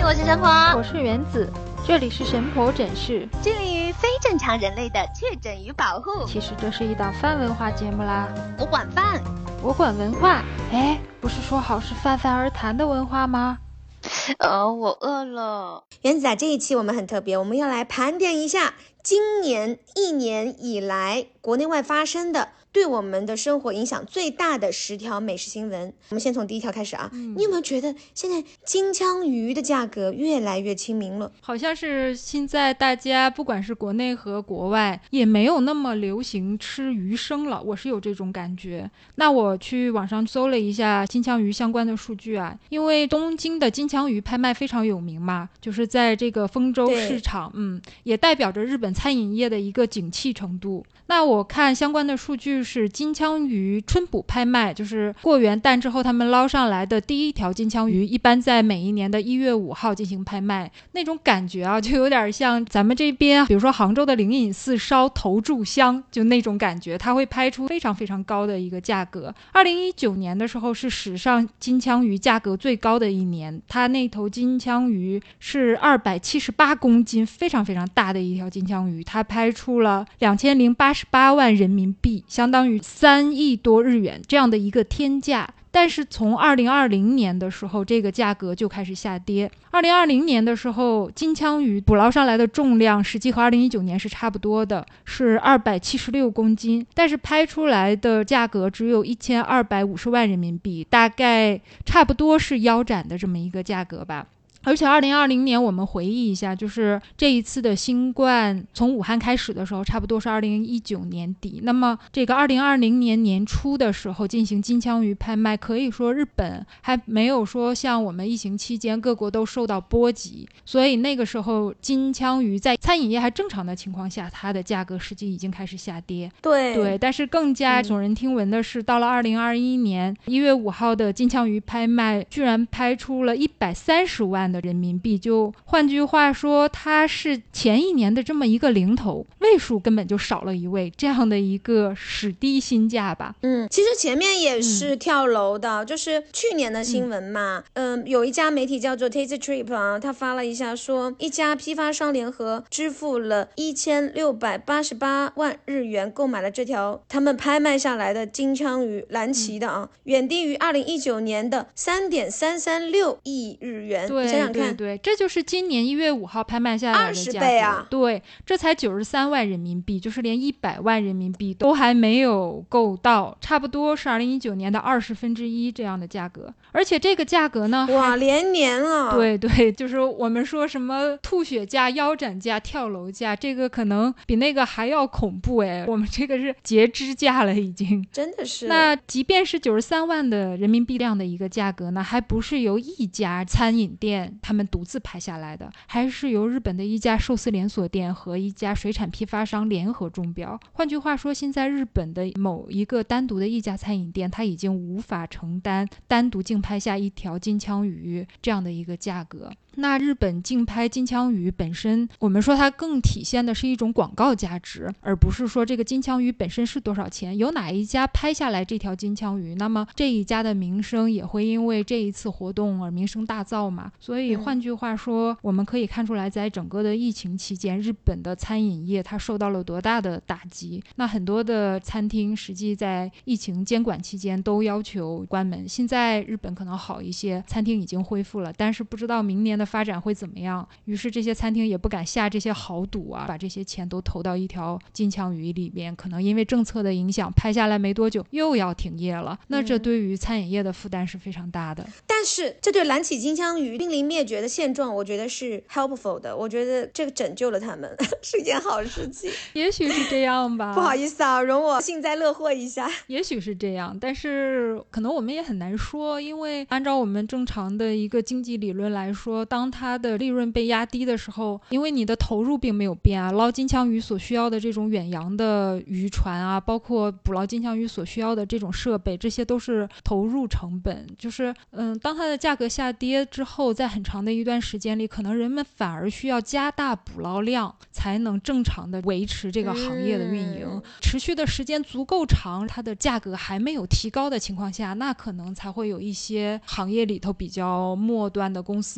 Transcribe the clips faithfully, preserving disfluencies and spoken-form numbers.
我是神婆， 我是原子，这里是神婆诊室， 致力于非正常人类的确诊与保护。 其实这是一档泛文化节目啦。 我管饭， 我管文化。哎，不是说好是泛泛而谈的文化吗？ 呃，我饿了。 原子啊，这一期我们很特别，我们要来盘点一下今年一年以来国内外发生的对我们的生活影响最大的十条美食新闻。我们先从第一条开始啊、嗯、你有没有觉得现在金枪鱼的价格越来越亲民了？ 好像是现在大家不管是国内和国外也没有那么流行吃鱼生了，我是有这种感觉。那我去网上搜了一下金枪鱼相关的数据啊，因为东京的金枪鱼拍卖非常有名嘛，就是在这个丰州市场，嗯，也代表着日本餐饮业的一个景气程度。那我看相关的数据是金枪鱼春捕拍卖，就是过元旦之后他们捞上来的第一条金枪鱼，一般在每一年的一月五号进行拍卖。那种感觉啊，就有点像咱们这边比如说杭州的灵隐寺烧头炷香，就那种感觉，它会拍出非常非常高的一个价格。二零一九年的时候是史上金枪鱼价格最高的一年，它那头金枪鱼是二百七十八公斤，非常非常大的一条金枪鱼，它拍出了两千零八十八万人民币，相当于三亿多日元这样的一个天价。但是从二零二零年的时候，这个价格就开始下跌。二零二零年的时候，金枪鱼捕捞上来的重量实际和二零一九年是差不多的，是二百七十六公斤，但是拍出来的价格只有一千二百五十万人民币，大概差不多是腰斩的这么一个价格吧。而且二零二零年我们回忆一下，就是这一次的新冠从武汉开始的时候差不多是二零一九年底，那么这个二零二零年年初的时候进行金枪鱼拍卖，可以说日本还没有说像我们疫情期间各国都受到波及，所以那个时候金枪鱼在餐饮业还正常的情况下，它的价格实际已经开始下跌。 对对，但是更加耸人听闻的是、嗯、到了二零二一年一月五号的金枪鱼拍卖居然拍出了一百三十万的人民币，就换句话说它是前一年的这么一个零头，位数根本就少了一位，这样的一个史低新价吧。 嗯，其实前面也是跳楼的、嗯、就是去年的新闻嘛，嗯、呃，有一家媒体叫做 Taste Trip 啊，他发了一下说一家批发商联合支付了一千六百八十八万日元购买了这条他们拍卖下来的金枪鱼，蓝鳍的啊、嗯、远低于二零一九年的 三点三三六亿日元。 对， 想想看， 对对，这就是今年一月五号拍卖下来的价格，二十倍啊！对，这才九十三万人民币，就是连一百万人民币都还没有够到，差不多是二零一九年的二十分之一这样的价格。而且这个价格呢， 哇，连年了。 对对，就是我们说什么吐血价、腰斩价、跳楼价，这个可能比那个还要恐怖哎，我们这个是截肢价了已经， 真的是。 那即便是九十三万的人民币这样的一个价格呢，还不是由一家餐饮店他们独自拍下来的，还是由日本的一家寿司连锁店和一家水产批发商联合中标。换句话说，现在日本的某一个单独的一家餐饮店，它已经无法承担单独竞拍下一条金枪鱼这样的一个价格。那日本竞拍金枪鱼本身，我们说它更体现的是一种广告价值，而不是说这个金枪鱼本身是多少钱，有哪一家拍下来这条金枪鱼，那么这一家的名声也会因为这一次活动而名声大噪嘛。所以换句话说、嗯、我们可以看出来，在整个的疫情期间，日本的餐饮业它受到了多大的打击。那很多的餐厅实际在疫情监管期间都要求关门，现在日本可能好一些，餐厅已经恢复了，但是不知道明年的发展会怎么样，于是这些餐厅也不敢下这些豪赌啊，把这些钱都投到一条金枪鱼里面，可能因为政策的影响，拍下来没多久又要停业了，那这对于餐饮业的负担是非常大的、嗯、 但是这对蓝鳍金枪鱼濒临灭绝的现状，我觉得是 helpful 的，我觉得这个拯救了他们是一件好事情。 也许是这样吧不好意思啊，容我幸灾乐祸一下。 也许是这样，但是可能我们也很难说，因为按照我们正常的一个经济理论来说，当它的利润被压低的时候，因为你的投入并没有变啊，捞金枪鱼所需要的这种远洋的渔船啊，包括捕捞金枪鱼所需要的这种设备，这些都是投入成本。就是嗯，当它的价格下跌之后，在很长的一段时间里，可能人们反而需要加大捕捞量，才能正常的维持这个行业的运营、嗯、持续的时间足够长，它的价格还没有提高的情况下，那可能才会有一些行业里头比较末端的公司被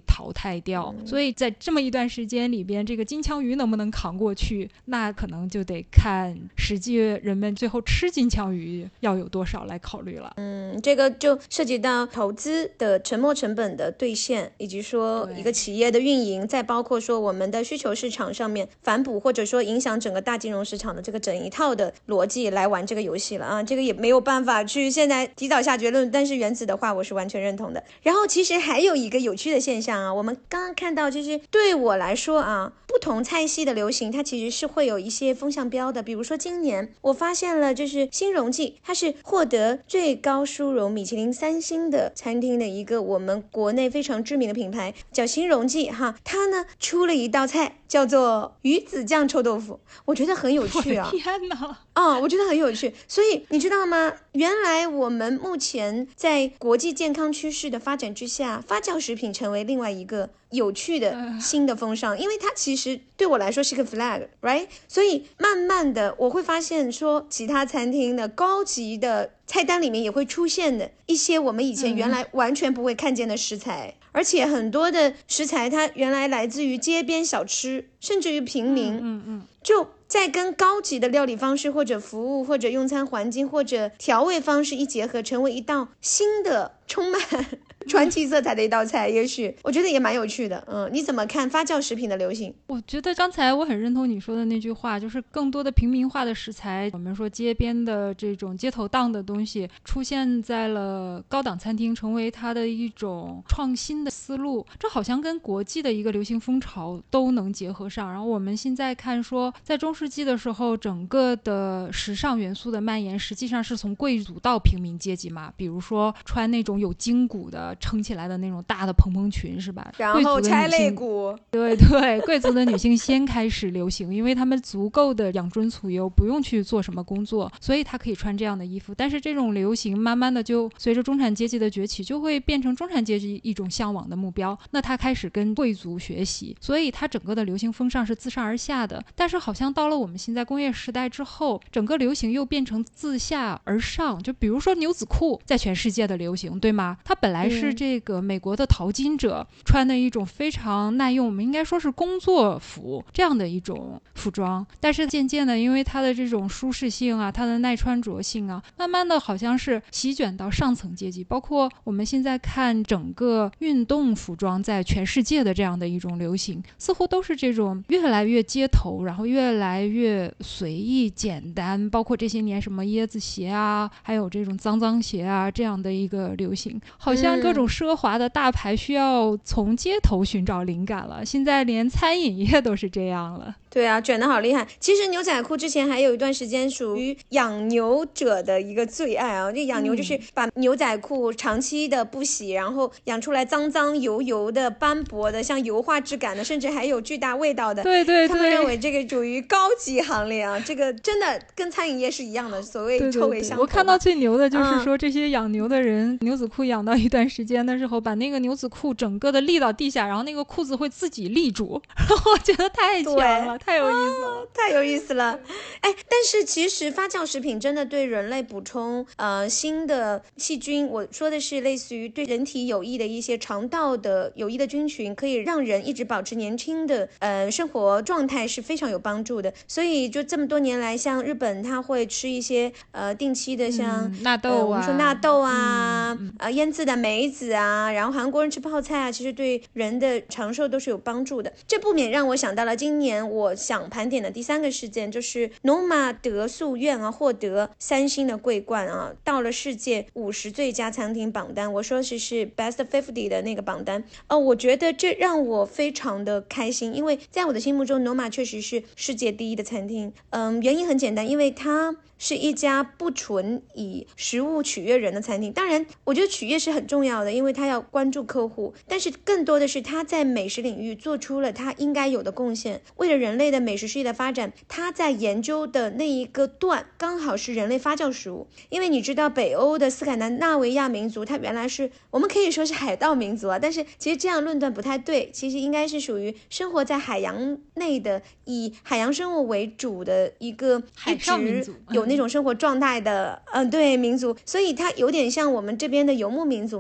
淘汰掉、嗯、所以在这么一段时间里边，这个金枪鱼能不能扛过去，那可能就得看实际人们最后吃金枪鱼要有多少来考虑了。 嗯，这个就涉及到投资的沉没成本的兑现，以及说一个企业的运营，再包括说我们的需求市场上面反哺，或者说影响整个大金融市场的这个整一套的逻辑来玩这个游戏了啊。这个也没有办法去现在提早下结论，但是原子的话我是完全认同的。然后其实还有一个有趣的现象啊，我们刚刚看到就是对我来说啊，不同菜系的流行它其实是会有一些风向标的。比如说今年我发现了就是新荣记，它是获得最高殊荣米其林三星的餐厅的一个我们国内非常知名的品牌叫新荣记哈，它呢出了一道菜叫做鱼子酱臭豆腐，我觉得很有趣啊！ 天哪！ 哦，我觉得很有趣。所以你知道吗？原来我们目前在国际健康趋势的发展之下，发酵食品成为另外一个有趣的新的风尚，因为它其实对我来说是个 flag right， 所以慢慢的我会发现说其他餐厅的高级的菜单里面也会出现的一些我们以前原来完全不会看见的食材、嗯、而且很多的食材它原来来自于街边小吃，甚至于平民， 嗯嗯嗯， 就在跟高级的料理方式或者服务或者用餐环境或者调味方式一结合，成为一道新的充满传奇色彩的一道菜，也许我觉得也蛮有趣的。嗯，你怎么看发酵食品的流行？ 我觉得刚才我很认同你说的那句话，就是更多的平民化的食材，我们说街边的这种街头档的东西出现在了高档餐厅，成为它的一种创新的思路，这好像跟国际的一个流行风潮都能结合上。然后我们现在看说在中世纪的时候，整个的时尚元素的蔓延实际上是从贵族到平民阶级嘛，比如说穿那种有筋骨的撑起来的那种大的蓬蓬裙是吧， 然后拆肋骨， 对对，贵族的女性先开始流行，因为她们足够的养尊处优，不用去做什么工作，所以她可以穿这样的衣服。但是这种流行慢慢的就随着中产阶级的崛起，就会变成中产阶级一种向往的目标，那她开始跟贵族学习，所以它整个的流行风尚是自上而下的。但是好像到了我们现在工业时代之后，整个流行又变成自下而上，就比如说牛仔裤在全世界的流行，对吗？它本来是这个美国的淘金者穿的一种非常耐用，我们应该说是工作服这样的一种服装，但是渐渐的因为它的这种舒适性啊，它的耐穿着性啊，慢慢的好像是席卷到上层阶级，包括我们现在看整个运动服装在全世界的这样的一种流行，似乎都是这种越来越街头，然后越来越随意简单，包括这些年什么椰子鞋啊，还有这种脏脏鞋啊，这样的一个流行，好像各种奢华的大牌需要从街头寻找灵感了，现在连餐饮业都是这样了。 对啊，卷得好厉害。其实牛仔裤之前还有一段时间属于养牛者的一个最爱啊，这养牛就是把牛仔裤长期的不洗，然后养出来脏脏油油的斑驳的像油画质感的，甚至还有巨大味道的。 对对对， 他们认为这个属于高级行列啊，这个真的跟餐饮业是一样的，所谓臭味相投。 我看到最牛的就是说、嗯、这些养牛的人牛仔裤养到一段时间的时候，把那个牛仔裤整个的立到地下，然后那个裤子会自己立住，我觉得太强了，太有意思了、哦、 太有意思了。哎，但是其实发酵食品真的对人类补充呃新的细菌，我说的是类似于对人体有益的一些肠道的有益的菌群，可以让人一直保持年轻的呃生活状态是非常有帮助的。所以就这么多年来，像日本他会吃一些呃定期的像、 嗯、纳豆啊、呃、 我们说纳豆啊、嗯、呃腌制的梅子啊，然后韩国人吃泡菜啊，其实对人的长寿都是有帮助的。这不免让我想到了今年我想盘点的第三个事件，就是诺玛德素院啊获得三星的桂冠啊，到了世界五十最佳餐厅榜单，我说是是 Best 五十的那个榜单哦，我觉得这让我非常的开心，因为在我的心目中诺玛确实是世界第一的餐厅。嗯，原因很简单，因为它是一家不纯以食物取悦人的餐厅。当然我觉得取悦是很重要的，因为他要关注客户，但是更多的是他在美食领域做出了他应该有的贡献，为了人类的美食事业的发展，他在研究的那一个段刚好是人类发酵食物。因为你知道北欧的斯堪的纳维亚民族，它原来是我们可以说是海盗民族啊，但是其实这样论断不太对，其实应该是属于生活在海洋内的以海洋生物为主的一个海上民族， 有那种生活状态的嗯、呃，对民族，所以它有点像我们这边的游牧民族嘛。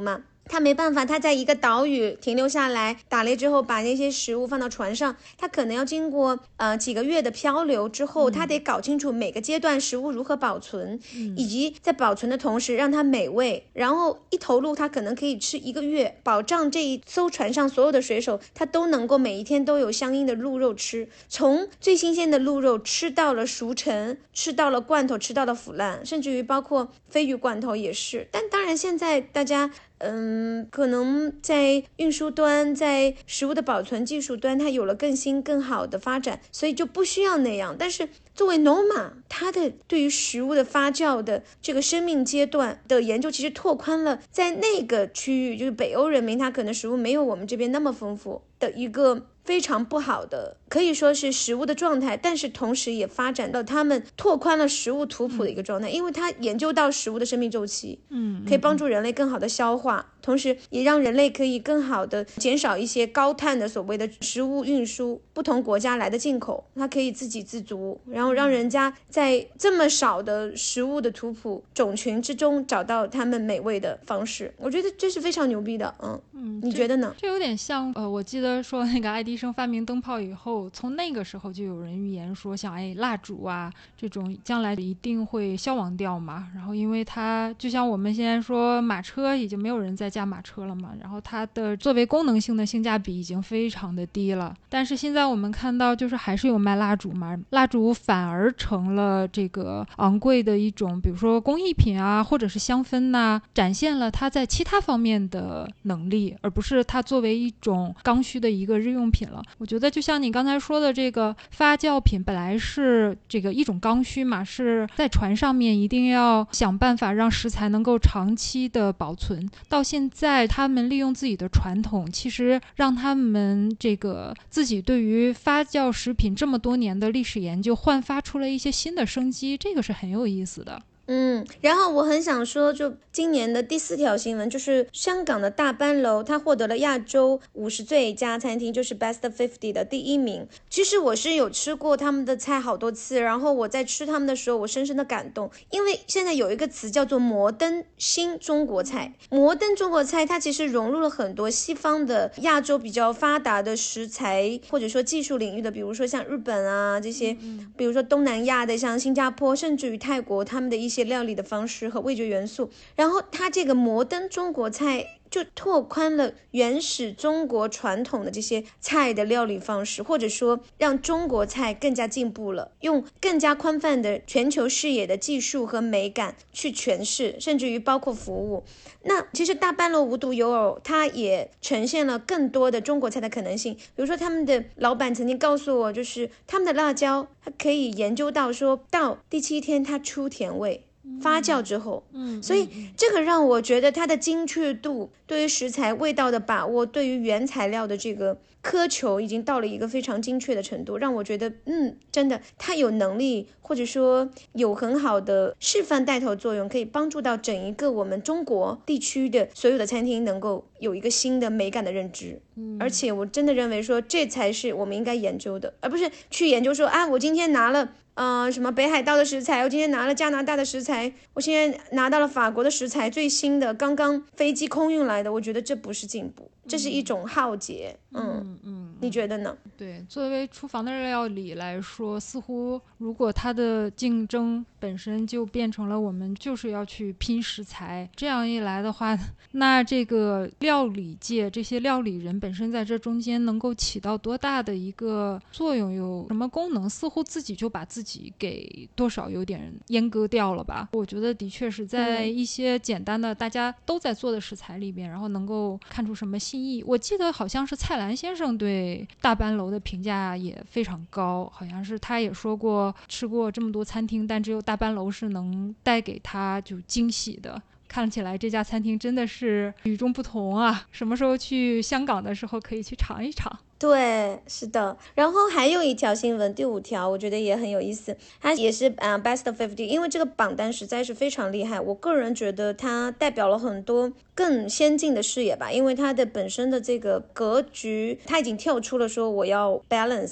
他没办法，他在一个岛屿停留下来，打猎之后把那些食物放到船上，他可能要经过呃几个月的漂流之后，他得搞清楚每个阶段食物如何保存，嗯、以及在保存的同时让它美味，然后一投入他可能可以吃一个月，保障这一艘船上所有的水手他都能够每一天都有相应的鹿肉吃，从最新鲜的鹿肉吃到了熟成，吃到了罐头，吃到了腐烂，甚至于包括鲱鱼罐头也是。但当然现在大家嗯，可能在运输端，在食物的保存技术端，它有了更新更好的发展，所以就不需要那样。但是作为 Noma， 它的对于食物的发酵的这个生命阶段的研究，其实拓宽了在那个区域，就是北欧人民，他可能食物没有我们这边那么丰富的一个非常不好的，可以说是食物的状态，但是同时也发展到他们拓宽了食物图谱的一个状态，因为它研究到食物的生命周期，嗯，可以帮助人类更好的消化，同时也让人类可以更好的减少一些高碳的所谓的食物运输，不同国家来的进口，它可以自给自足，然后让人家在这么少的食物的图谱种群之中找到他们美味的方式，我觉得这是非常牛逼的。嗯嗯，你觉得呢？ 这有点像呃，我记得说那个爱迪生发明灯泡以后，从那个时候就有人预言说，像哎蜡烛啊这种将来一定会消亡掉嘛。然后因为它就像我们现在说马车已经没有人在驾马车了嘛，然后它的作为功能性的性价比已经非常的低了。但是现在我们看到就是还是有卖蜡烛嘛，蜡烛反而成了这个昂贵的一种，比如说工艺品啊，或者是香氛呐、啊，展现了它在其他方面的能力，而不是它作为一种刚需的一个日用品了。我觉得就像你刚才说的，这个发酵品本来是这个一种刚需嘛，是在船上面一定要想办法让食材能够长期的保存，到现在他们利用自己的传统，其实让他们这个自己对于发酵食品这么多年的历史研究焕发出了一些新的生机，这个是很有意思的。 嗯，然后我很想说，就今年的第四条新闻，就是香港的大班楼，它获得了亚洲五十最佳餐厅，就是 Best 五十的第一名。其实我是有吃过他们的菜好多次，然后我在吃他们的时候，我深深的感动，因为现在有一个词叫做摩登新中国菜。摩登中国菜它其实融入了很多西方的亚洲比较发达的食材，或者说技术领域的，比如说像日本啊这些，比如说东南亚的，像新加坡，甚至于泰国，他们的一些一些料理的方式和味觉元素，然后它这个摩登中国菜就拓宽了原始中国传统的这些菜的料理方式，或者说让中国菜更加进步了，用更加宽泛的全球视野的技术和美感去诠释，甚至于包括服务。那其实大班楼无独有偶，它也呈现了更多的中国菜的可能性。比如说他们的老板曾经告诉我，就是他们的辣椒它可以研究到说到第七天它出甜味，发酵之后，嗯，所以这个让我觉得它的精确度，对于食材味道的把握，对于原材料的这个苛求，已经到了一个非常精确的程度，让我觉得，嗯，真的，它有能力，或者说有很好的示范带头作用，可以帮助到整一个我们中国地区的所有的餐厅能够有一个新的美感的认知。嗯，而且我真的认为说，这才是我们应该研究的，而不是去研究说，啊，我今天拿了。呃，什么北海道的食材，我今天拿了加拿大的食材，我现在拿到了法国的食材，最新的，刚刚飞机空运来的，我觉得这不是进步，这是一种浩劫。嗯嗯嗯，你觉得呢？ 对，作为厨房的料理来说，似乎如果它的竞争本身就变成了我们就是要去拼食材，这样一来的话，那这个料理界这些料理人本身在这中间能够起到多大的一个作用，有什么功能，似乎自己就把自己给多少有点阉割掉了吧。我觉得的确是在一些简单的大家都在做的食材里边，然后能够看出什么新意。我记得好像是蔡澜先生对大班楼的评价也非常高，好像是他也说过吃过这么多餐厅，但只有大班楼是能带给他就惊喜的。看起来这家餐厅真的是与众不同啊，什么时候去香港的时候可以去尝一尝。 对，是的。然后还有一条新闻，第五条，我觉得也很有意思，它也是呃 Best 五十，因为这个榜单实在是非常厉害，我个人觉得它代表了很多更先进的视野吧，因为它的本身的这个格局，它已经跳出了说我要 balance。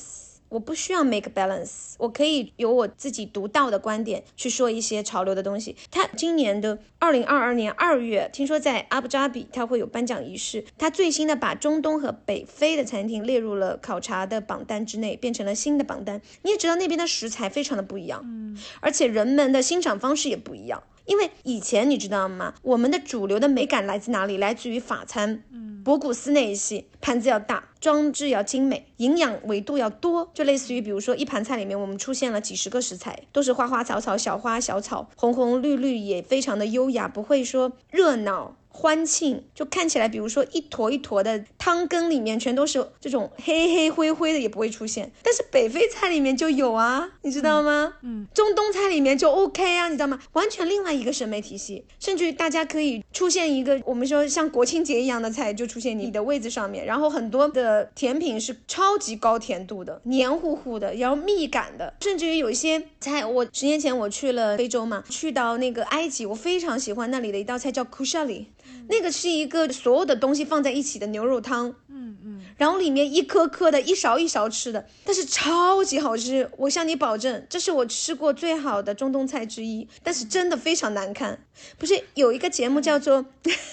我不需要 make balance， 我可以有我自己独到的观点去说一些潮流的东西。他今年的二零二二年二月，听说在阿布扎比他会有颁奖仪式，他最新的把中东和北非的餐厅列入了考察的榜单之内，变成了新的榜单。你也知道那边的食材非常的不一样，嗯，而且人们的欣赏方式也不一样。因为以前你知道吗，我们的主流的美感来自哪里？来自于法餐，嗯，博古斯那一系，盘子要大，装置要精美，营养维度要多，就类似于比如说一盘菜里面我们出现了几十个食材，都是花花草草，小花小草，红红绿绿，也非常的优雅，不会说热闹欢庆，就看起来比如说一坨一坨的汤羹里面全都是这种黑黑灰灰的也不会出现，但是北非菜里面就有啊，你知道吗？嗯，中东菜里面就 OK 啊，你知道吗？完全另外一个审美体系，甚至于大家可以出现一个我们说像国庆节一样的菜就出现你的位子上面，然后很多的甜品是超级高甜度的，黏糊糊的，然后蜜感的，甚至于有一些菜，我十年前我去了非洲嘛，去到那个埃及，我非常喜欢那里的一道菜叫 kushali，那个是一个所有的东西放在一起的牛肉汤，嗯嗯，然后里面一颗颗的，一勺一勺吃的，但是超级好吃，我向你保证，这是我吃过最好的中东菜之一，但是真的非常难看。不是有一个节目叫做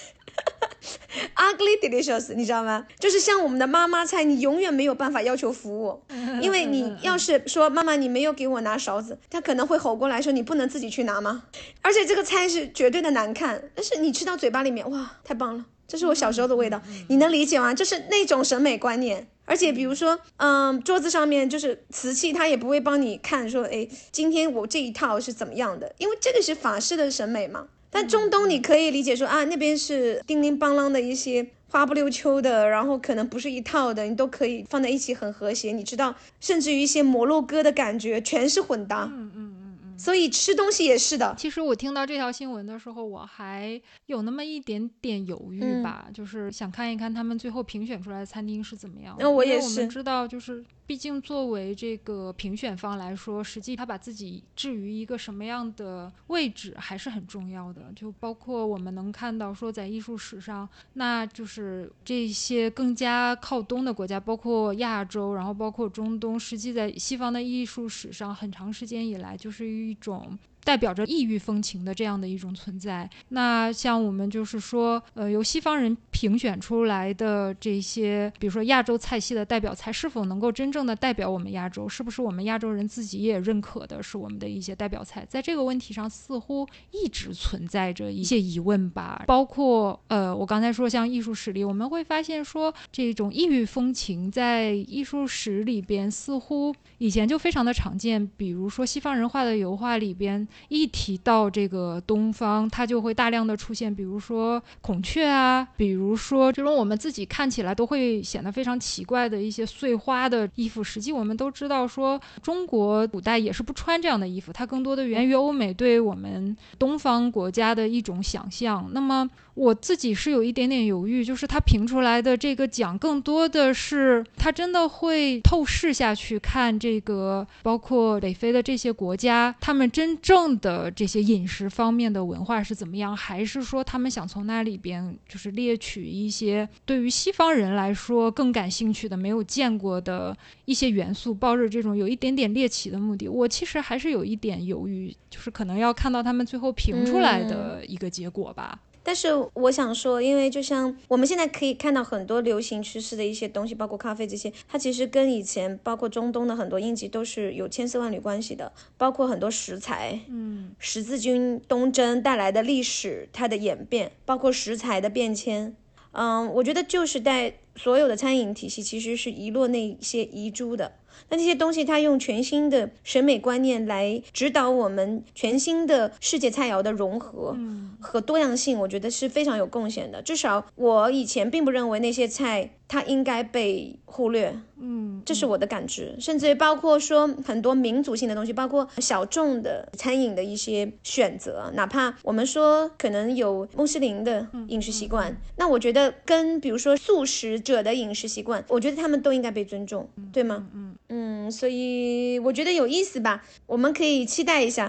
Ugly Delicious， 你知道吗？就是像我们的妈妈菜，你永远没有办法要求服务，因为你要是说妈妈你没有给我拿勺子，她可能会吼过来说你不能自己去拿吗？而且这个菜是绝对的难看，但是你吃到嘴巴里面，哇，太棒了，这是我小时候的味道，你能理解吗？就是那种审美观念。而且比如说嗯，桌子上面就是瓷器，他也不会帮你看说哎，今天我这一套是怎么样的，因为这个是法式的审美嘛。但中东你可以理解说啊，那边是叮铃邦啷的一些花不溜秋的，然后可能不是一套的，你都可以放在一起很和谐，你知道，甚至于一些摩洛哥的感觉全是混搭。嗯嗯嗯嗯。所以吃东西也是的。 其实我听到这条新闻的时候，我还有那么一点点犹豫吧，嗯、就是想看一看他们最后评选出来的餐厅是怎么样的。 那我也是。 因为我们知道，就是毕竟作为这个评选方来说，实际他把自己置于一个什么样的位置还是很重要的。就包括我们能看到说，在艺术史上，那就是这些更加靠东的国家，包括亚洲，然后包括中东，实际在西方的艺术史上很长时间以来就是一种代表着异域风情的这样的一种存在。那像我们就是说呃，由西方人评选出来的这些比如说亚洲菜系的代表菜，是否能够真正的代表我们亚洲，是不是我们亚洲人自己也认可的是我们的一些代表菜，在这个问题上似乎一直存在着一些疑问吧。包括呃，我刚才说像艺术史里，我们会发现说这种异域风情在艺术史里边似乎以前就非常的常见，比如说西方人画的油画里边一提到这个东方，它就会大量的出现比如说孔雀啊，比如说这种我们自己看起来都会显得非常奇怪的一些碎花的衣服。实际我们都知道说中国古代也是不穿这样的衣服，它更多的源于欧美对我们东方国家的一种想象。那么我自己是有一点点犹豫，就是他评出来的这个奖更多的是他真的会透视下去看这个包括北非的这些国家他们真正的这些饮食方面的文化是怎么样，还是说他们想从那里边就是猎取一些对于西方人来说更感兴趣的没有见过的一些元素，抱着这种有一点点猎奇的目的。我其实还是有一点犹豫，就是可能要看到他们最后评出来的一个结果吧。 嗯，但是我想说，因为就像我们现在可以看到很多流行趋势的一些东西，包括咖啡这些，它其实跟以前包括中东的很多印记都是有千丝万缕关系的，包括很多食材，嗯，十字军东征带来的历史，它的演变，包括食材的变迁。嗯，我觉得旧时代所有的餐饮体系其实是遗落那些遗珠的，那这些东西它用全新的审美观念来指导我们全新的世界菜肴的融合和多样性，我觉得是非常有贡献的。至少我以前并不认为那些菜它应该被忽略，嗯，这是我的感知。甚至包括说很多民族性的东西，包括小众的餐饮的一些选择，哪怕我们说可能有穆斯林的饮食习惯，那我觉得跟比如说素食者的饮食习惯，我觉得他们都应该被尊重，对吗？嗯嗯，所以我觉得有意思吧，我们可以期待一下。 对对，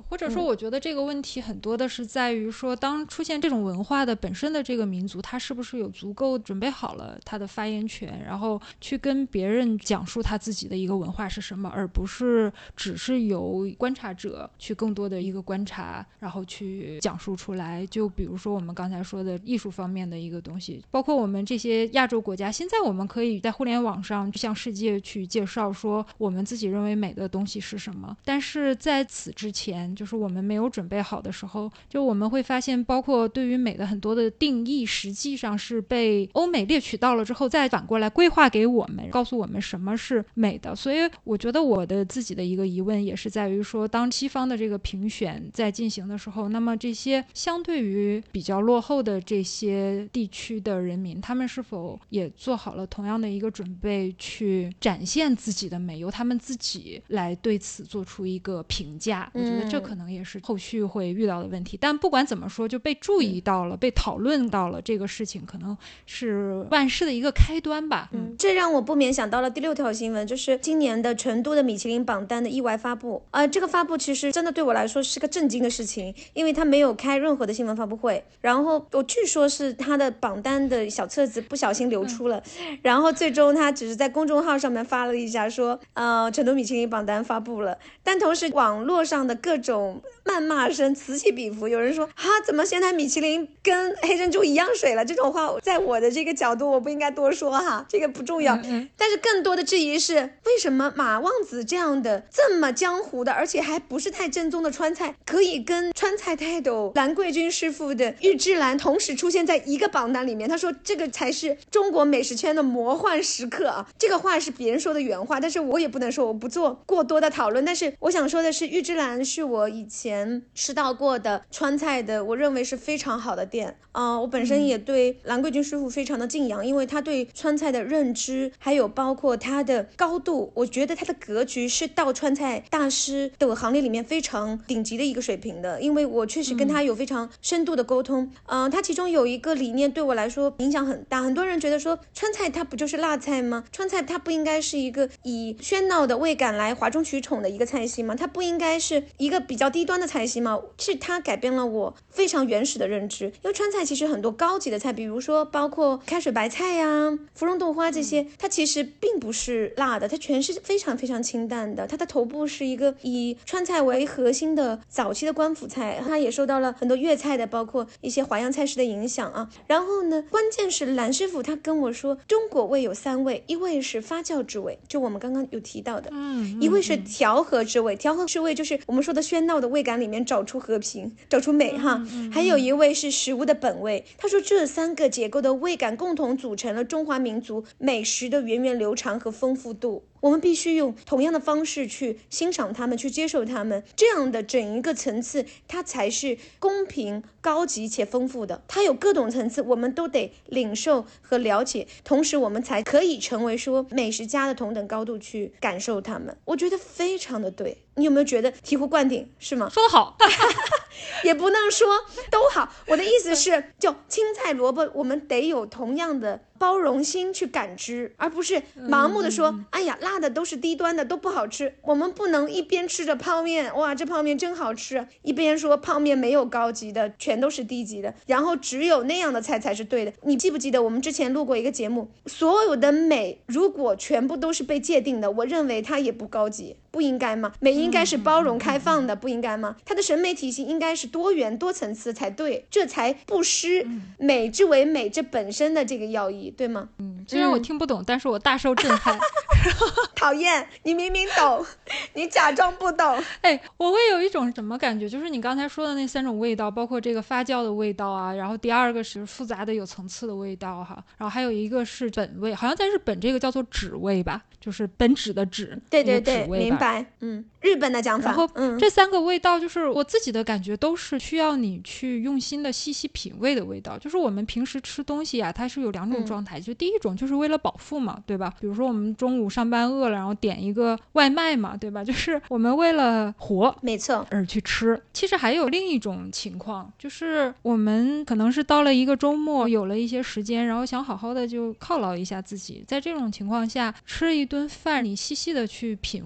或者说我觉得这个问题很多的是在于说，当出现这种文化的本身的这个民族，他是不是有足够准备好了他的发言权，然后去跟别人讲述他自己的一个文化是什么，而不是只是由观察者去更多的一个观察，然后去讲述出来。就比如说我们刚才说的艺术方面的一个东西，包括我们这些亚洲国家，现在我们可以在互联网上向世界去介绍说我们自己认为美的东西是什么，但是在此之前，就是我们没有准备好的时候，就我们会发现包括对于美的很多的定义实际上是被欧美猎取到了之后再反过来规划给我们，告诉我们什么是美的。所以我觉得我的自己的一个疑问也是在于说，当西方的这个评选在进行的时候，那么这些相对于比较落后的这些地区的人民，他们是否也做好了同样的一个准备去展现自己的美，由他们自己来对此做出一个评价。我觉得这可能也是后续会遇到的问题、嗯、但不管怎么说，就被注意到了、嗯、被讨论到了这个事情，可能是万事的一个开端吧。 嗯，这让我不免想到了第六条新闻，就是今年的成都的米其林榜单的意外发布。呃，这个发布其实真的对我来说是个震惊的事情，因为他没有开任何的新闻发布会，然后我据说是他的榜单的小册子不小心流出了、嗯、然后最终他只是在公众号上面发了一下说呃，成都米其林榜单发布了，但同时网络上的各种谩骂声此起彼伏，有人说哈，怎么现在米其林跟黑珍珠一样水了，这种话在我的这个角度我不应该多说哈，这个不重要、嗯嗯、但是更多的质疑是为什么马旺子这样的这么江湖的而且还不是太正宗的川菜，可以跟川菜泰斗兰桂君师傅的玉芝兰同时出现在一个榜单里面。他说这个才是中国美食圈的魔幻时刻啊，这个话是别人说的原话，但是我也不能说，我不做过多的讨论。但是我想说的是，玉芝兰是我以前吃到过的川菜的我认为是非常好的店啊、呃，我本身也对兰桂君师傅非常的敬仰，因为他对川菜的认知还有包括他的高度，我觉得他的格局是到川菜大师的行列里面非常顶级的一个水平的，因为我确实跟他有非常深度的沟通。嗯、呃，他其中有一个理念对我来说影响很大，很多人觉得说川菜它不就是辣菜吗？川菜它不应该是一个以喧闹的味感来哗众取宠的一个菜系吗？它不应该是一个比较低端的菜系吗？是它改变了我非常原始的认知，因为川菜其实很多高级的菜，比如说包括开水白菜呀、芙蓉豆花这些，它其实并不是辣的，它全是非常非常清淡的。它的头部是一个以川菜为核心的早期的官府菜，它也受到了很多粤菜的包括一些淮扬菜式的影响啊。然后呢，关键是蓝师傅他跟我说，中国味有三味，一味是发酵之味，就我们刚刚有提到的，嗯，一味是调和之味，调和之味就是我们说的喧闹的味感里面找出和平，找出美哈，还有一味是食物的本味。他说这三个结构的味感共同组成了中华民族美食的源远流长和丰富度，我们必须用同样的方式去欣赏它们，去接受它们，这样的整一个层次它才是公平高级且丰富的，它有各种层次我们都得领受和了解，同时我们才可以成为说美食家的同等高度去感受它们。我觉得非常的对，你有没有觉得醍醐灌顶？是吗？ 说得好也不能说都好，我的意思是就青菜萝卜我们得有同样的包容心去感知，而不是盲目的说、嗯、哎呀辣的都是低端的都不好吃。我们不能一边吃着泡面，哇这泡面真好吃，一边说泡面没有高级的，全都是低级的，然后只有那样的菜才是对的。你记不记得我们之前录过一个节目，所有的美如果全部都是被界定的，我认为它也不高级，不应该吗？美应该是包容开放的，不应该吗？它的审美体系应该是多元多层次才对，这才不失美之为美这本身的这个要义，对吗？ 嗯，虽然我听不懂、嗯、但是我大受震撼讨厌，你明明懂你假装不懂。 哎，我会有一种什么感觉，就是你刚才说的那三种味道，包括这个发酵的味道啊，然后第二个是复杂的有层次的味道哈，然后还有一个是本味，好像在日本这个叫做旨味吧，就是本旨的旨， 对对对，明白，嗯，日本的讲法。 然后、嗯、这三个味道就是我自己的感觉都是需要你去用心的细细品味的味道。就是我们平时吃东西啊，它是有两种状态、嗯、就第一种就是为了饱腹嘛，对吧？比如说我们中午上班饿了，然后点一个外卖嘛，对吧？就是我们为了活， 没错， 而去吃。其实还有另一种情况，就是我们可能是到了一个周末，有了一些时间，然后想好好的就犒劳一下自己，在这种情况下吃一顿饭，你细细的去品味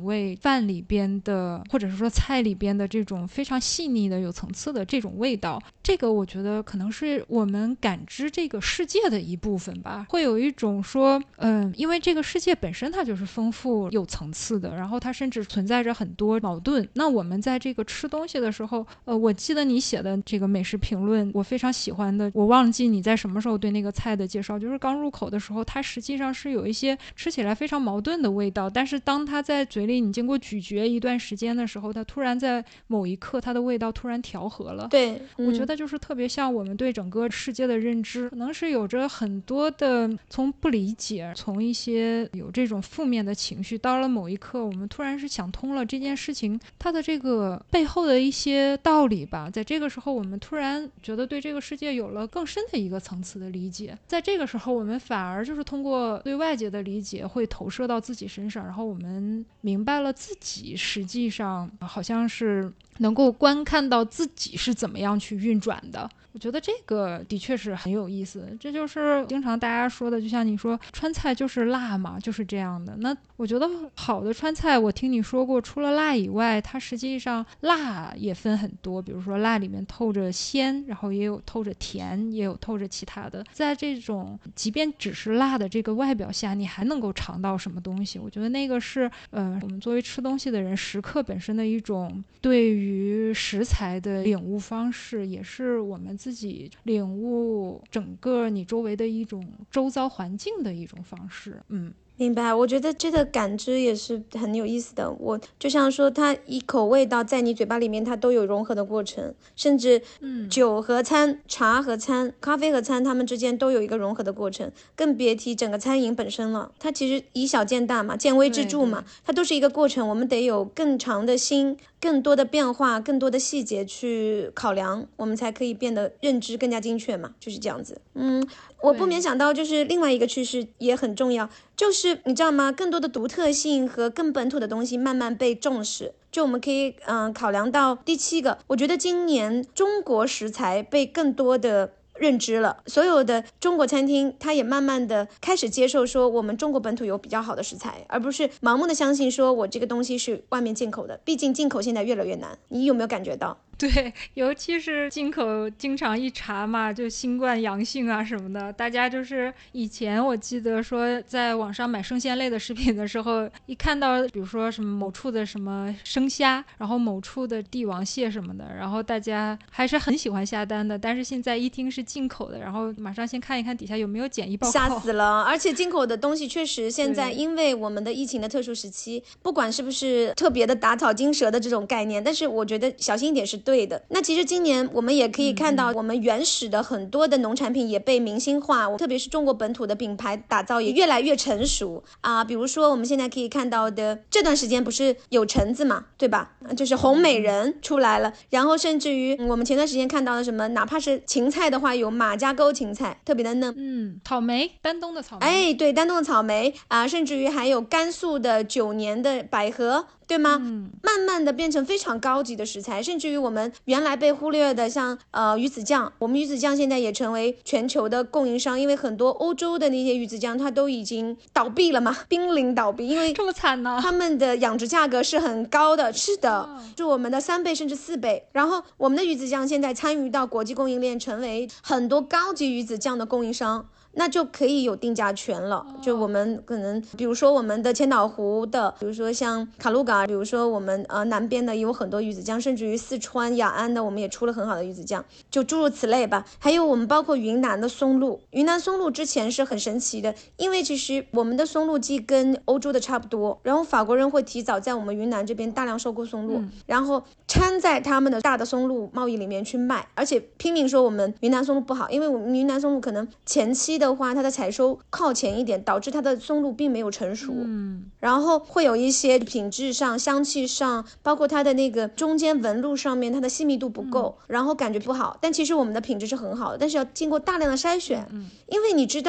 饭里边的或者是说菜里边的这种非常细腻的有层次的这种味道，这个我觉得可能是我们感知这个世界的一部分吧。会有一种说嗯，因为这个世界本身它就是丰富有层次的，然后它甚至存在着很多矛盾，那我们在这个吃东西的时候呃，我记得你写的这个美食评论我非常喜欢的，我忘记你在什么时候对那个菜的介绍，就是刚入口的时候它实际上是有一些吃起来非常矛盾的味道，但是当它在嘴里你经过咀嚼一段时间的时候，它突然在某一刻它的味道突然调和了。 对、嗯、 我觉得就是特别像我们对整个世界的认知可能是有着很多的从不理解，从一些有这种负面的情绪，到了某一刻我们突然是想通了这件事情它的这个背后的一些道理吧，在这个时候我们突然觉得对这个世界有了更深的一个层次的理解，在这个时候我们反而就是通过对外界的理解会投射到自己身上，然后我们明白了自己实际上好像是能够观看到自己是怎么样去运转的。我觉得这个的确是很有意思，这就是经常大家说的，就像你说川菜就是辣嘛，就是这样的。那我觉得好的川菜我听你说过除了辣以外，它实际上辣也分很多，比如说辣里面透着鲜，然后也有透着甜，也有透着其他的，在这种即便只是辣的这个外表下你还能够尝到什么东西，我觉得那个是呃，我们作为吃东西的人食客本身的一种对于食材的领悟方式，也是我们自己领悟整个你周围的一种周遭环境的一种方式。嗯， 明白，我觉得这个感知也是很有意思的。我就像说它一口味道在你嘴巴里面它都有融合的过程，甚至酒和餐、茶和餐、咖啡和餐它们之间都有一个融合的过程，更别提整个餐饮本身了。它其实以小见大嘛，见微知著嘛，它都是一个过程，我们得有更长的心，更多的变化，更多的细节去考量，我们才可以变得认知更加精确嘛，就是这样子。嗯，我不免想到就是另外一个趋势也很重要，就是你知道吗，更多的独特性和更本土的东西慢慢被重视。就我们可以嗯、呃、考量到第七个，我觉得今年中国食材被更多的认知了，所有的中国餐厅它也慢慢的开始接受说我们中国本土有比较好的食材，而不是盲目的相信说我这个东西是外面进口的，毕竟进口现在越来越难，你有没有感觉到？ 对，尤其是进口经常一查嘛就新冠阳性啊什么的，大家就是以前我记得说在网上买生鲜类的食品的时候，一看到比如说什么某处的什么生虾，然后某处的帝王蟹什么的，然后大家还是很喜欢下单的，但是现在一听是进口的，然后马上先看一看底下有没有检疫报告， 吓死了。而且进口的东西确实现在因为我们的疫情的特殊时期，不管是不是特别的打草惊蛇的这种概念，但是我觉得小心一点是对的。那其实今年我们也可以看到我们原始的很多的农产品也被明星化，特别是中国本土的品牌打造也越来越成熟啊。比如说我们现在可以看到的这段时间不是有橙子嘛，对吧，就是红美人出来了，然后甚至于我们前段时间看到的什么哪怕是芹菜的话，有马家沟芹菜特别的嫩， 嗯，草莓，丹东的草莓， 哎，对，丹东的草莓啊，甚至于还有甘肃的九年的百合，对吗、嗯、慢慢的变成非常高级的食材，甚至于我们原来被忽略的像呃鱼子酱，我们鱼子酱现在也成为全球的供应商，因为很多欧洲的那些鱼子酱它都已经倒闭了嘛，濒临倒闭，因为这么惨呢， 他们的养殖价格是很高的，是的，是我们的三倍甚至四倍。然后我们的鱼子酱现在参与到国际供应链，成为很多高级鱼子酱的供应商，那就可以有定价权了。就我们可能比如说我们的千岛湖的，比如说像卡路嘎，比如说我们呃南边的也有很多鱼子酱，甚至于四川雅安的我们也出了很好的鱼子酱，就诸如此类吧。还有我们包括云南的松露，云南松露之前是很神奇的，因为其实我们的松露季跟欧洲的差不多，然后法国人会提早在我们云南这边大量收购松露、嗯、然后掺在他们的大的松露贸易里面去卖，而且拼命说我们云南松露不好，因为我们云南松露可能前期的话它的采收靠前一点，导致它的松露并没有成熟，嗯，然后会有一些品质上香气上包括它的那个中间纹路上面它的细密度不够、嗯、然后感觉不好，但其实我们的品质是很好的，但是要经过大量的筛选、嗯、因为你知道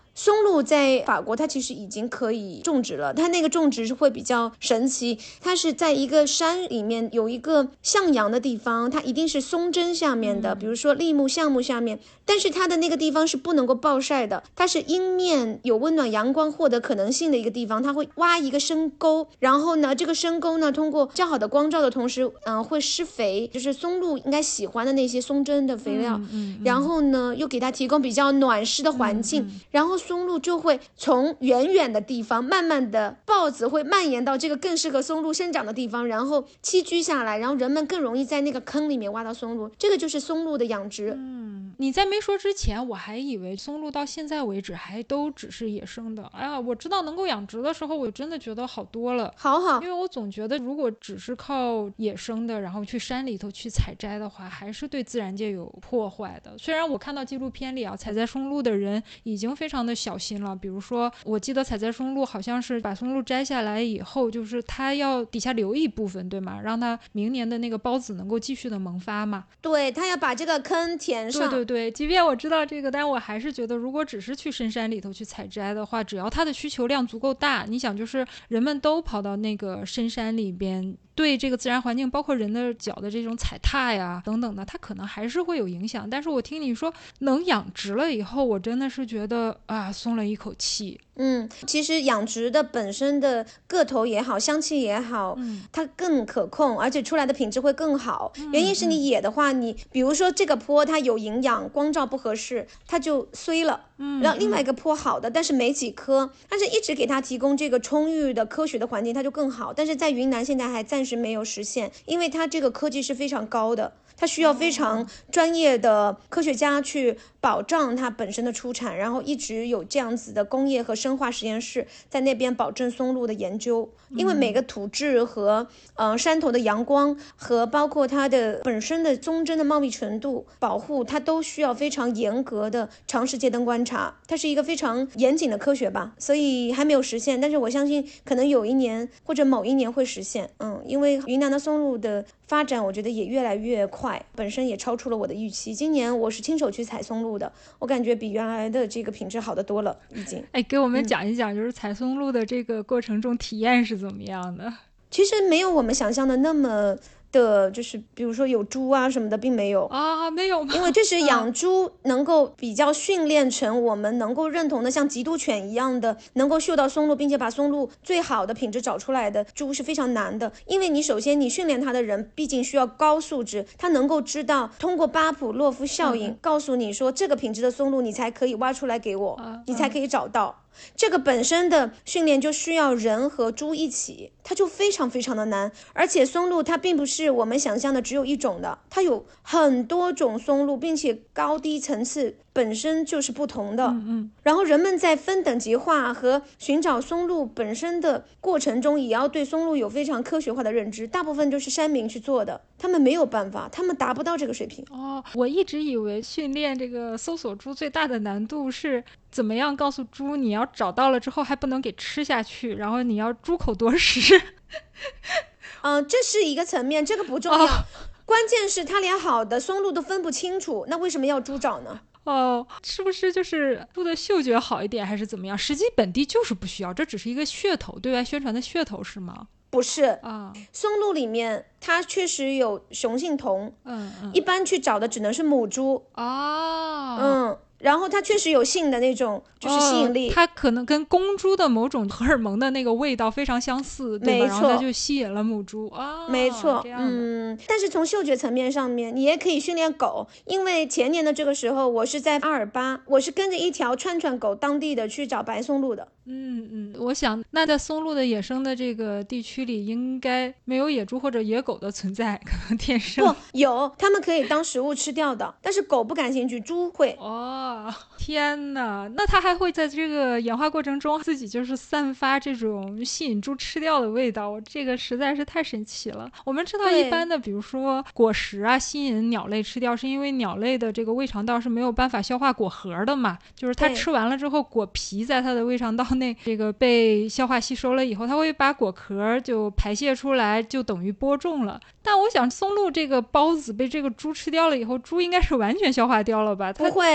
松露在法国它其实已经可以种植了，它那个种植是会比较神奇，它是在一个山里面有一个向阳的地方，它一定是松针下面的、嗯、比如说栎木橡木下面，但是它的那个地方是不能够暴晒的，它是阴面有温暖阳光获得可能性的一个地方，它会挖一个深沟，然后呢这个深沟呢通过较好的光照的同时嗯、呃，会施肥，就是松露应该喜欢的那些松针的肥料、嗯嗯嗯、然后呢又给它提供比较暖湿的环境、嗯嗯、然后松露就会从远远的地方慢慢的孢子会蔓延到这个更适合松露生长的地方，然后栖居下来，然后人们更容易在那个坑里面挖到松露，这个就是松露的养殖。 嗯，你在没说之前我还以为松露到现在为止还都只是野生的，哎呀，我知道能够养殖的时候我真的觉得好多了， 好好， 因为我总觉得如果只是靠野生的然后去山里头去采摘的话还是对自然界有破坏的。虽然我看到纪录片里啊采摘松露的人已经非常的小心了，比如说我记得采摘松露好像是把松露摘下来以后，就是它要底下留一部分对吗，让它明年的那个孢子能够继续的萌发嘛。 对，它要把这个坑填上。 对对对，即便我知道这个，但我还是觉得如果只是去深山里头去采摘的话，只要它的需求量足够大，你想就是人们都跑到那个深山里边，对这个自然环境包括人的脚的这种踩踏呀等等的，它可能还是会有影响。但是我听你说能养殖了以后，我真的是觉得啊松了一口气。 嗯，其实养殖的本身的个头也好，香气也好、嗯、它更可控，而且出来的品质会更好、嗯、原因是你野的话、嗯、你比如说这个坡它有营养，光照不合适它就衰了，嗯，然后另外一个坡好的但是没几颗，但是一直给它提供这个充裕的科学的环境它就更好。但是在云南现在还暂时没有实现，因为它这个科技是非常高的，它需要非常专业的科学家去保障它本身的出产，然后一直有这样子的工业和生化实验室在那边保证松露的研究。因为每个土质和呃山头的阳光和包括它的本身的松针的茂密程度保护，它都需要非常严格的长时间灯观察，它是一个非常严谨的科学吧，所以还没有实现，但是我相信可能有一年或者某一年会实现。嗯，因为云南的松露的发展我觉得也越来越快，本身也超出了我的预期。今年我是亲手去采松露的，我感觉比原来的这个品质好得多了已经。 哎，给我们讲一讲、嗯、就是采松露的这个过程中体验是怎么样的？ 其实没有我们想象的那么的，就是比如说有猪啊什么的，并没有啊，没有吗？ 因为这是养猪能够比较训练成我们能够认同的像缉毒犬一样的能够嗅到松露并且把松露最好的品质找出来的猪是非常难的。因为你首先你训练它的人毕竟需要高素质，他能够知道通过巴甫洛夫效应、嗯、告诉你说这个品质的松露你才可以挖出来给我、啊、你才可以找到。这个本身的训练就需要人和猪一起，它就非常非常的难。而且松露它并不是我们想象的只有一种的，它有很多种松露，并且高低层次本身就是不同的。嗯嗯。然后人们在分等级化和寻找松露本身的过程中，也要对松露有非常科学化的认知。大部分都是山民去做的，他们没有办法，他们达不到这个水平。 哦，我一直以为训练这个搜索猪最大的难度是怎么样告诉猪你要找到了之后还不能给吃下去，然后你要猪口夺食。 嗯、呃，这是一个层面，这个不重要、哦、关键是他连好的松露都分不清楚，那为什么要猪找呢？ 哦，是不是就是猪的嗅觉好一点还是怎么样？实际本地就是不需要，这只是一个噱头，对外宣传的噱头是吗？ 不是啊，松露里面它确实有雄性同，嗯嗯，一般去找的只能是母猪啊，嗯。然后它确实有性的那种就是吸引力、 哦、它可能跟公猪的某种荷尔蒙的那个味道非常相似，对吧？然后它就吸引了母猪啊， 没错，嗯。但是从嗅觉层面上面你也可以训练狗，因为前年的这个时候我是在阿尔巴，我是跟着一条串串狗当地的去找白松露的。 嗯嗯，我想那在松露的野生的这个地区里应该没有野猪或者野狗的存在，可能天生不有，他们可以当食物吃掉的，但是狗不感兴趣，猪会。 哦，天哪，那它还会在这个演化过程中自己就是散发这种吸引猪吃掉的味道，这个实在是太神奇了。我们知道一般的比如说果实啊吸引鸟类吃掉，是因为鸟类的这个胃肠道是没有办法消化果核的嘛，就是它吃完了之后果皮在它的胃肠道内这个被消化吸收了以后，它会把果壳就排泄出来，就等于播种了。但我想松露这个孢子被这个猪吃掉了以后，猪应该是完全消化掉了吧？它不会，我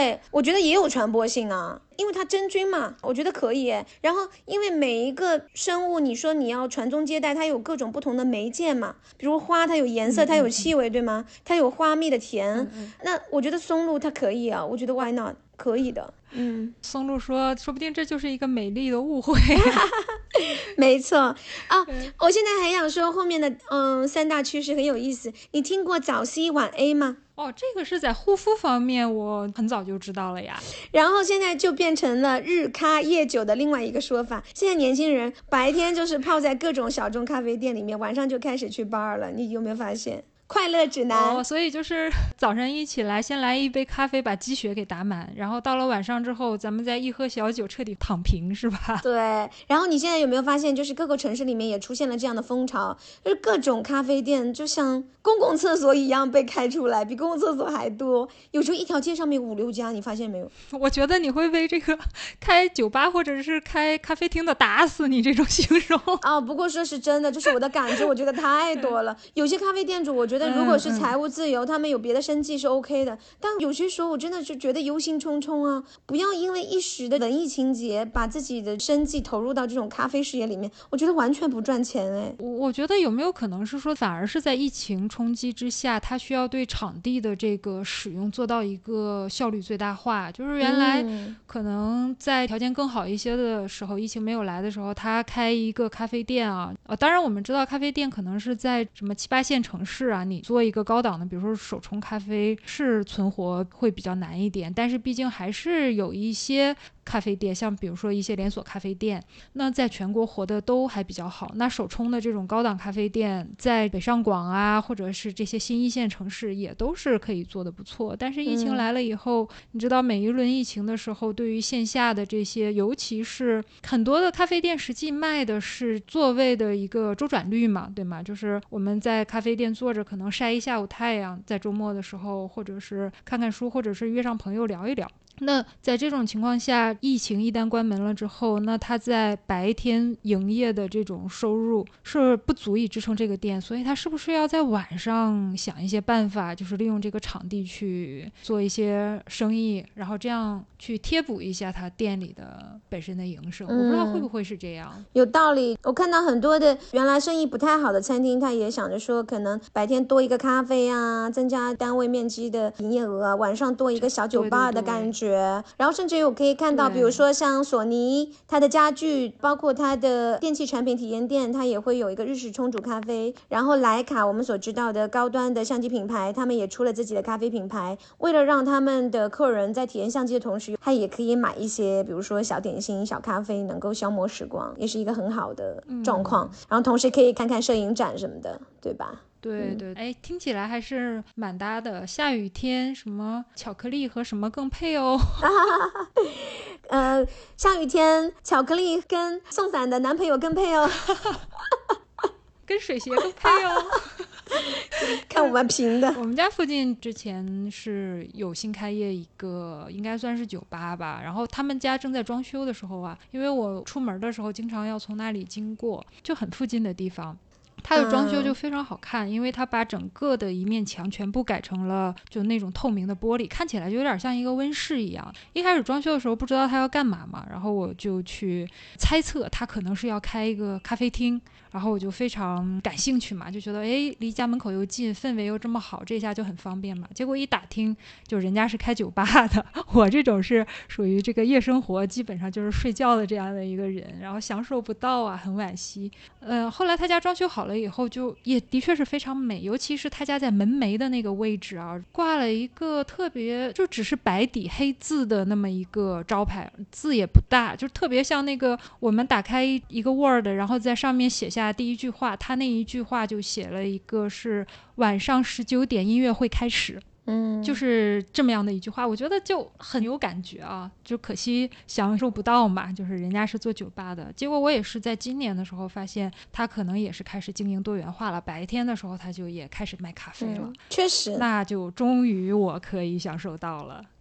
觉得也有传播性啊，因为它真菌嘛，我觉得可以。然后因为每一个生物，你说你要传宗接代，它有各种不同的媒介嘛，比如花它有颜色，它有气味，对吗？它有花蜜的甜，嗯嗯，那我觉得松露它可以啊，我觉得 why not 可以的。嗯， 松露说说不定这就是一个美丽的误会。 没错啊，我现在还想说后面的嗯三大趋势很有意思。你听过早 C 晚 A 吗？ 哦，这个是在护肤方面我很早就知道了呀。 然后现在就变成了日咖夜酒的另外一个说法。现在年轻人白天就是泡在各种小众咖啡店里面，晚上就开始去 bar 了，你有没有发现？快乐指南。 哦，所以就是早上一起来先来一杯咖啡把积雪给打满，然后到了晚上之后咱们再一喝小酒彻底躺平，是吧？ 对。然后你现在有没有发现就是各个城市里面也出现了这样的风潮，就是各种咖啡店就像公共厕所一样被开出来，比公共厕所还多，有时候一条街上面五六家，你发现没有？ 我觉得你会被这个开酒吧或者是开咖啡厅的打死，你这种形容啊。不过说是真的，就是我的感知我觉得太多了。有些咖啡店主我觉得如果是财务自由、嗯嗯、他们有别的生计是 OK 的，但有些时候我真的是觉得忧心忡忡啊，不要因为一时的文艺情节把自己的生计投入到这种咖啡事业里面，我觉得完全不赚钱。哎， 我我觉得有没有可能是说反而是在疫情冲击之下，他需要对场地的这个使用做到一个效率最大化，就是原来可能在条件更好一些的时候、嗯、疫情没有来的时候，他开一个咖啡店啊，呃，当然我们知道咖啡店可能是在什么七八线城市啊，你做一个高档的比如说手冲咖啡是存活会比较难一点，但是毕竟还是有一些咖啡店，像比如说一些连锁咖啡店，那在全国活的都还比较好。那手冲的这种高档咖啡店在北上广啊，或者是这些新一线城市也都是可以做的不错。但是疫情来了以后、嗯、你知道每一轮疫情的时候，对于线下的这些，尤其是很多的咖啡店实际卖的是座位的一个周转率嘛，对吗？就是我们在咖啡店坐着可能晒一下午太阳，在周末的时候，或者是看看书，或者是约上朋友聊一聊。那在这种情况下，疫情一旦关门了之后，那他在白天营业的这种收入是不足以支撑这个店，所以他是不是要在晚上想一些办法，就是利用这个场地去做一些生意，然后这样去贴补一下他店里的本身的营生、嗯、我不知道会不会是这样。 有道理，我看到很多的原来生意不太好的餐厅，他也想着说可能白天多一个咖啡啊，增加单位面积的营业额啊，晚上多一个小酒吧的感觉。对对对，然后甚至于我可以看到比如说像索尼它的家具，包括它的电器产品体验店，它也会有一个日式冲煮咖啡。然后徕卡我们所知道的高端的相机品牌，他们也出了自己的咖啡品牌，为了让他们的客人在体验相机的同时，他也可以买一些比如说小点心小咖啡，能够消磨时光，也是一个很好的状况、嗯、然后同时可以看看摄影展什么的，对吧？ 对对，哎，听起来还是蛮搭的。下雨天什么巧克力和什么更配哦？ 呃，下雨天巧克力跟送伞的男朋友更配哦， 跟水鞋更配哦。 看我们评的。 我们家附近之前是有新开业一个，应该算是酒吧吧。然后他们家正在装修的时候啊，因为我出门的时候经常要从那里经过，就很附近的地方。它的装修就非常好看、嗯、因为它把整个的一面墙全部改成了就那种透明的玻璃，看起来就有点像一个温室一样。一开始装修的时候不知道它要干嘛嘛，然后我就去猜测它可能是要开一个咖啡厅，然后我就非常感兴趣嘛，就觉得哎，离家门口又近，氛围又这么好，这下就很方便嘛。结果一打听，就人家是开酒吧的，我这种是属于这个夜生活基本上就是睡觉的这样的一个人，然后享受不到啊，很惋惜。呃，后来他家装修好了以后，就也的确是非常美，尤其是他家在门楣的那个位置啊，挂了一个特别就只是白底黑字的那么一个招牌，字也不大，就特别像那个我们打开一个 Word， 然后在上面写下第一句话，他那一句话就写了一个是晚上十九点音乐会开始。嗯，就是这么样的一句话，我觉得就很有感觉啊，就可惜享受不到嘛，就是人家是做酒吧的。结果我也是在今年的时候发现他可能也是开始经营多元化了，白天的时候他就也开始卖咖啡了、嗯、 确实， 那就终于我可以享受到了。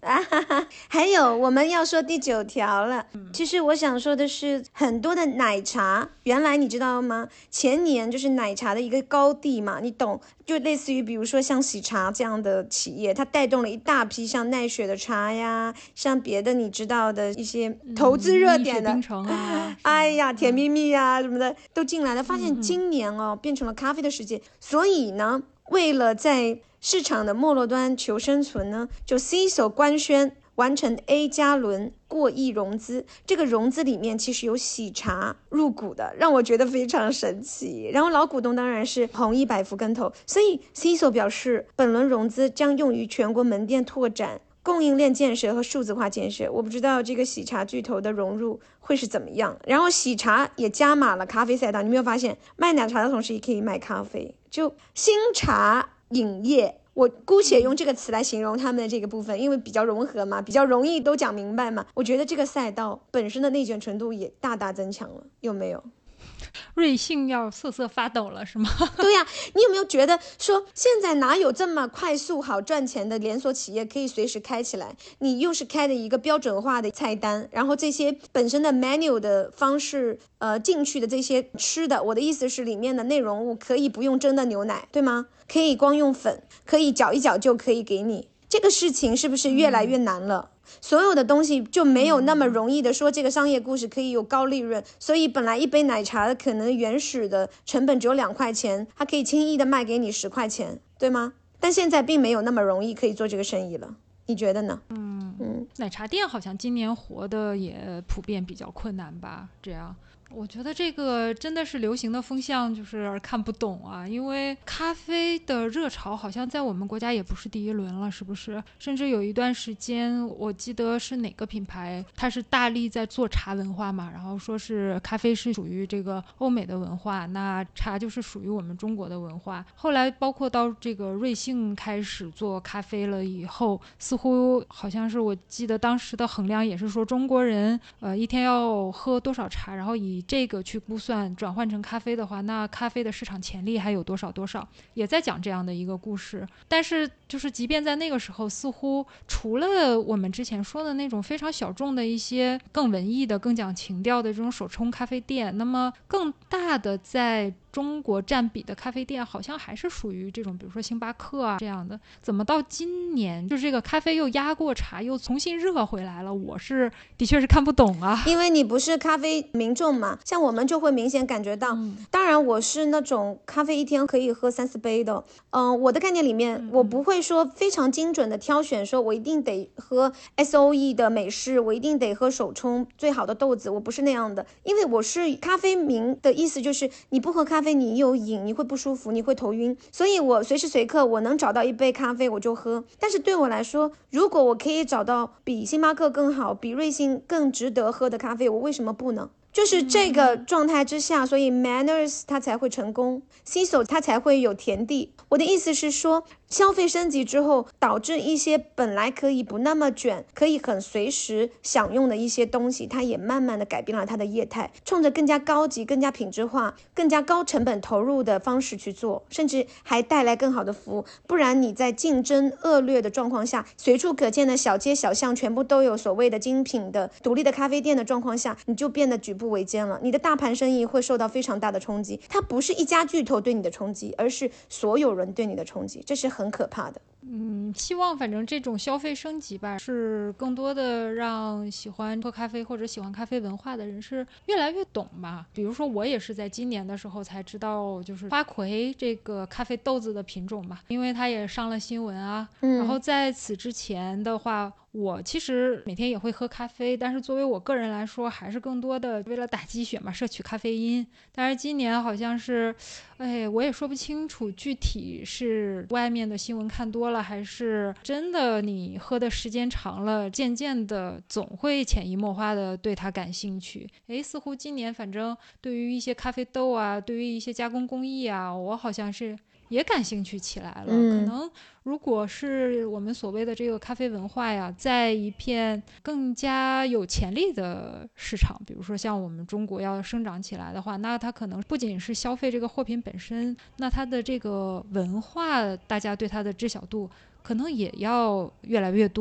啊哈哈，还有我们要说第九条了。其实我想说的是，很多的奶茶，原来你知道吗？前年就是奶茶的一个高地嘛，你懂？就类似于比如说像喜茶这样的企业，它带动了一大批像奈雪的茶呀，像别的你知道的一些投资热点的， 嗯、冰城啊， 哎呀，甜蜜蜜啊、嗯、什么的都进来了。发现今年哦、嗯、变成了咖啡的世界，所以呢，为了在市场的没落端求生存呢，就 C 手官宣完成 A 加轮过亿融资，这个融资里面其实有喜茶入股的，让我觉得非常神奇。然后老股东当然是弘毅百福跟投，所以 C 手表示本轮融资将用于全国门店拓展、供应链建设和数字化建设。我不知道这个喜茶巨头的融入会是怎么样。然后喜茶也加码了咖啡赛道，你没有发现卖奶茶的同时也可以卖咖啡，就新茶饮业，我姑且用这个词来形容他们的这个部分，因为比较融合嘛，比较容易都讲明白嘛。我觉得这个赛道本身的内卷程度也大大增强了，有没有？ 瑞幸要瑟瑟发抖了是吗？ 对呀、啊，你有没有觉得说现在哪有这么快速好赚钱的连锁企业可以随时开起来？你又是开的一个标准化的菜单，然后这些本身的 menu 的方式呃进去的这些吃的，我的意思是里面的内容物可以不用真的牛奶，对吗？可以光用粉，可以搅一搅就可以给你。这个事情是不是越来越难了？嗯，所有的东西就没有那么容易的说这个商业故事可以有高利润，所以本来一杯奶茶的可能原始的成本只有两块钱，它可以轻易的卖给你十块钱，对吗？但现在并没有那么容易可以做这个生意了，你觉得呢？ 嗯嗯，奶茶店好像今年活的也普遍比较困难吧，这样。我觉得这个真的是流行的风向，就是看不懂啊。因为咖啡的热潮好像在我们国家也不是第一轮了，是不是？甚至有一段时间，我记得是哪个品牌，它是大力在做茶文化嘛，然后说是咖啡是属于这个欧美的文化，那茶就是属于我们中国的文化。后来包括到这个瑞幸开始做咖啡了以后，似乎好像是我记得当时的衡量也是说中国人呃一天要喝多少茶，然后以这个去估算转换成咖啡的话，那咖啡的市场潜力还有多少多少，也在讲这样的一个故事。但是就是即便在那个时候，似乎除了我们之前说的那种非常小众的一些更文艺的更讲情调的这种手冲咖啡店，那么更大的在中国占比的咖啡店好像还是属于这种比如说星巴克啊这样的。怎么到今年就是这个咖啡又压过茶又重新热回来了，我是的确是看不懂啊。 因为你不是咖啡民众嘛，像我们就会明显感觉到、嗯、当然我是那种咖啡一天可以喝三四杯的。嗯、呃，我的概念里面、嗯、我不会说非常精准的挑选说我一定得喝 S O E 的美式，我一定得喝手冲最好的豆子，我不是那样的。因为我是咖啡民的意思就是你不喝咖啡你有瘾，你会不舒服，你会头晕，所以我随时随刻我能找到一杯咖啡我就喝。但是对我来说，如果我可以找到比星巴克更好比瑞幸更值得喝的咖啡，我为什么不呢？就是这个状态之下，所以 Manners 它才会成功， C 手它才会有田地。我的意思是说，消费升级之后导致一些本来可以不那么卷可以很随时享用的一些东西，它也慢慢的改变了它的业态，冲着更加高级更加品质化更加高成本投入的方式去做，甚至还带来更好的服务。不然你在竞争恶劣的状况下，随处可见的小街小巷全部都有所谓的精品的独立的咖啡店的状况下，你就变得举步维艰了，你的大盘生意会受到非常大的冲击。它不是一家巨头对你的冲击，而是所有人对你的冲击，这是很可怕的。 嗯，希望反正这种消费升级吧，是更多的让喜欢喝咖啡或者喜欢咖啡文化的人是越来越懂吧。比如说我也是在今年的时候才知道，就是花魁这个咖啡豆子的品种嘛，因为它也上了新闻啊。嗯、然后在此之前的话，我其实每天也会喝咖啡，但是作为我个人来说，还是更多的为了打鸡血嘛，摄取咖啡因。但是今年好像是，哎，我也说不清楚具体是外面的新闻看多了，还是真的你喝的时间长了，渐渐的总会潜移默化的对它感兴趣。哎，似乎今年反正对于一些咖啡豆啊，对于一些加工工艺啊，我好像是也感兴趣起来了。嗯、可能如果是我们所谓的这个咖啡文化呀，在一片更加有潜力的市场，比如说像我们中国要生长起来的话，那它可能不仅是消费这个货品本身，那它的这个文化大家对它的知晓度可能也要越来越多。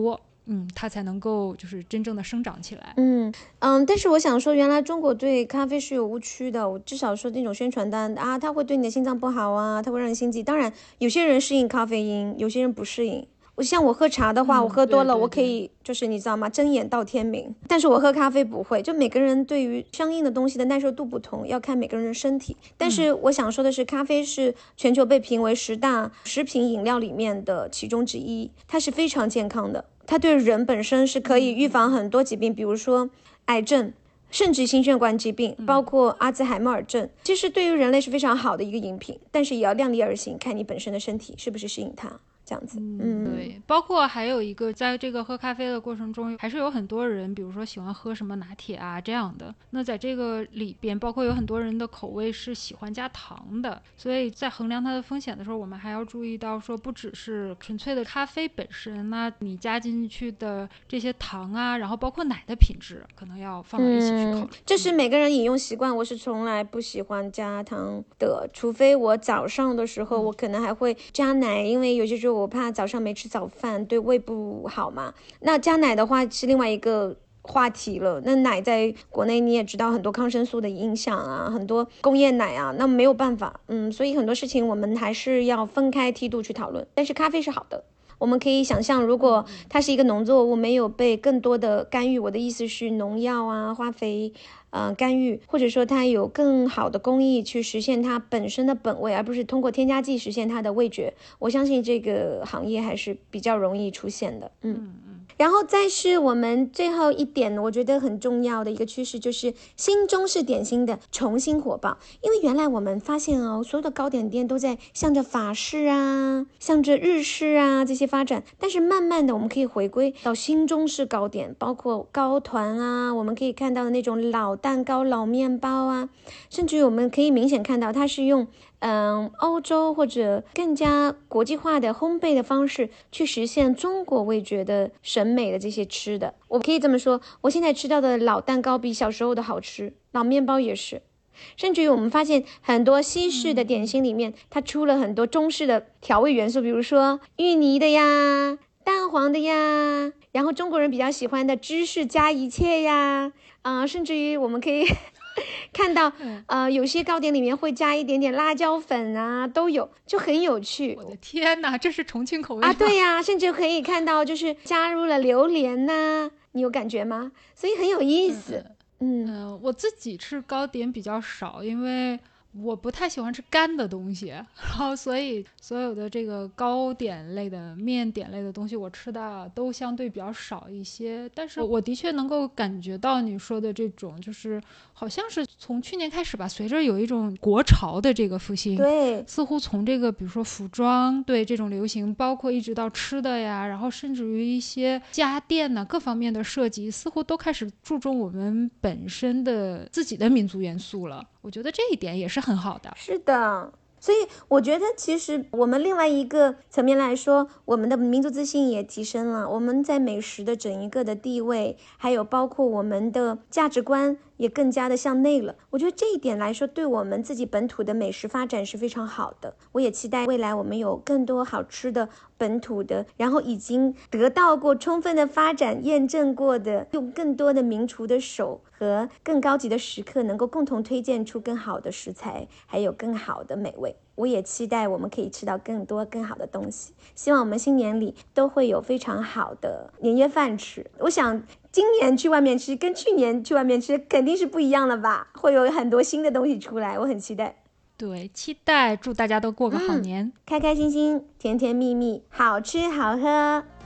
嗯，它才能够就是真正的生长起来。 嗯嗯，但是我想说，原来中国对咖啡是有误区的。我至少说那种宣传单啊，它会对你的心脏不好啊，它会让你心悸。当然，有些人适应咖啡因，有些人不适应。我像我喝茶的话， 嗯我喝多了， 对对我可以就是你知道吗？睁眼到天明。但是我喝咖啡不会，就每个人对于相应的东西的耐受度不同，要看每个人的身体。但是我想说的是，咖啡是全球被评为十大食品饮料里面的其中之一，它是非常健康的。它对人本身是可以预防很多疾病，比如说癌症，甚至心血管疾病，包括阿兹海默尔症。其实对于人类是非常好的一个饮品，但是也要量力而行，看你本身的身体是不是适应它。这样子，嗯， 对，包括还有一个，在这个喝咖啡的过程中，还是有很多人，比如说喜欢喝什么拿铁啊这样的。那在这个里边，包括有很多人的口味是喜欢加糖的，所以在衡量它的风险的时候，我们还要注意到说，不只是纯粹的咖啡本身，那你加进去的这些糖啊，然后包括奶的品质，可能要放到一起去考虑。 嗯、这是每个人饮用习惯，我是从来不喜欢加糖的，除非我早上的时候，我可能还会加奶，因为有些时候我怕早上没吃早饭对胃不好嘛。那加奶的话是另外一个话题了。那奶在国内你也知道很多抗生素的影响啊，很多工业奶啊，那没有办法，嗯，所以很多事情我们还是要分开梯度去讨论。但是咖啡是好的，我们可以想象，如果它是一个农作物，没有被更多的干预，我的意思是农药啊、化肥呃，干预，或者说它有更好的工艺去实现它本身的本味，而不是通过添加剂实现它的味觉，我相信这个行业还是比较容易出现的。嗯嗯嗯。然后再是我们最后一点我觉得很重要的一个趋势，就是新中式点心的重新火爆。因为原来我们发现哦，所有的糕点店都在向着法式啊，向着日式啊这些发展，但是慢慢的我们可以回归到新中式糕点，包括糕团啊，我们可以看到的那种老蛋糕、老面包啊，甚至于我们可以明显看到它是用嗯，欧洲或者更加国际化的烘焙的方式去实现中国味觉的审美的这些吃的。我可以这么说，我现在吃到的老蛋糕比小时候的好吃，老面包也是。甚至于我们发现很多西式的点心里面，它出了很多中式的调味元素，比如说芋泥的呀、蛋黄的呀，然后中国人比较喜欢的芝士加一切呀，啊、呃，甚至于我们可以看到呃，有些糕点里面会加一点点辣椒粉啊，都有，就很有趣。 我的天哪，这是重庆口味啊！对呀、啊，甚至可以看到就是加入了榴莲呐、啊，你有感觉吗？所以很有意思。 嗯，嗯呃、我自己吃糕点比较少，因为我不太喜欢吃干的东西，然后所以所有的这个糕点类的面点类的东西我吃的都相对比较少一些。但是我的确能够感觉到你说的这种，就是好像是从去年开始吧，随着有一种国潮的这个复兴， 对， 似乎从这个比如说服装对这种流行，包括一直到吃的呀，然后甚至于一些家电呢各方面的设计，似乎都开始注重我们本身的自己的民族元素了。我觉得这一点也是很好的。 是的，所以我觉得其实我们另外一个层面来说，我们的民族自信也提升了，我们在美食的整一个的地位，还有包括我们的价值观也更加的向内了。我觉得这一点来说，对我们自己本土的美食发展是非常好的。我也期待未来我们有更多好吃的本土的，然后已经得到过充分的发展验证过的，用更多的名厨的手和更高级的食客能够共同推荐出更好的食材，还有更好的美味。我也期待我们可以吃到更多更好的东西，希望我们新年里都会有非常好的年夜饭吃。我想今年去外面吃跟去年去外面吃肯定是不一样了吧，会有很多新的东西出来，我很期待。 对，期待，祝大家都过个好年、 嗯、开开心心，甜甜蜜蜜，好吃好喝。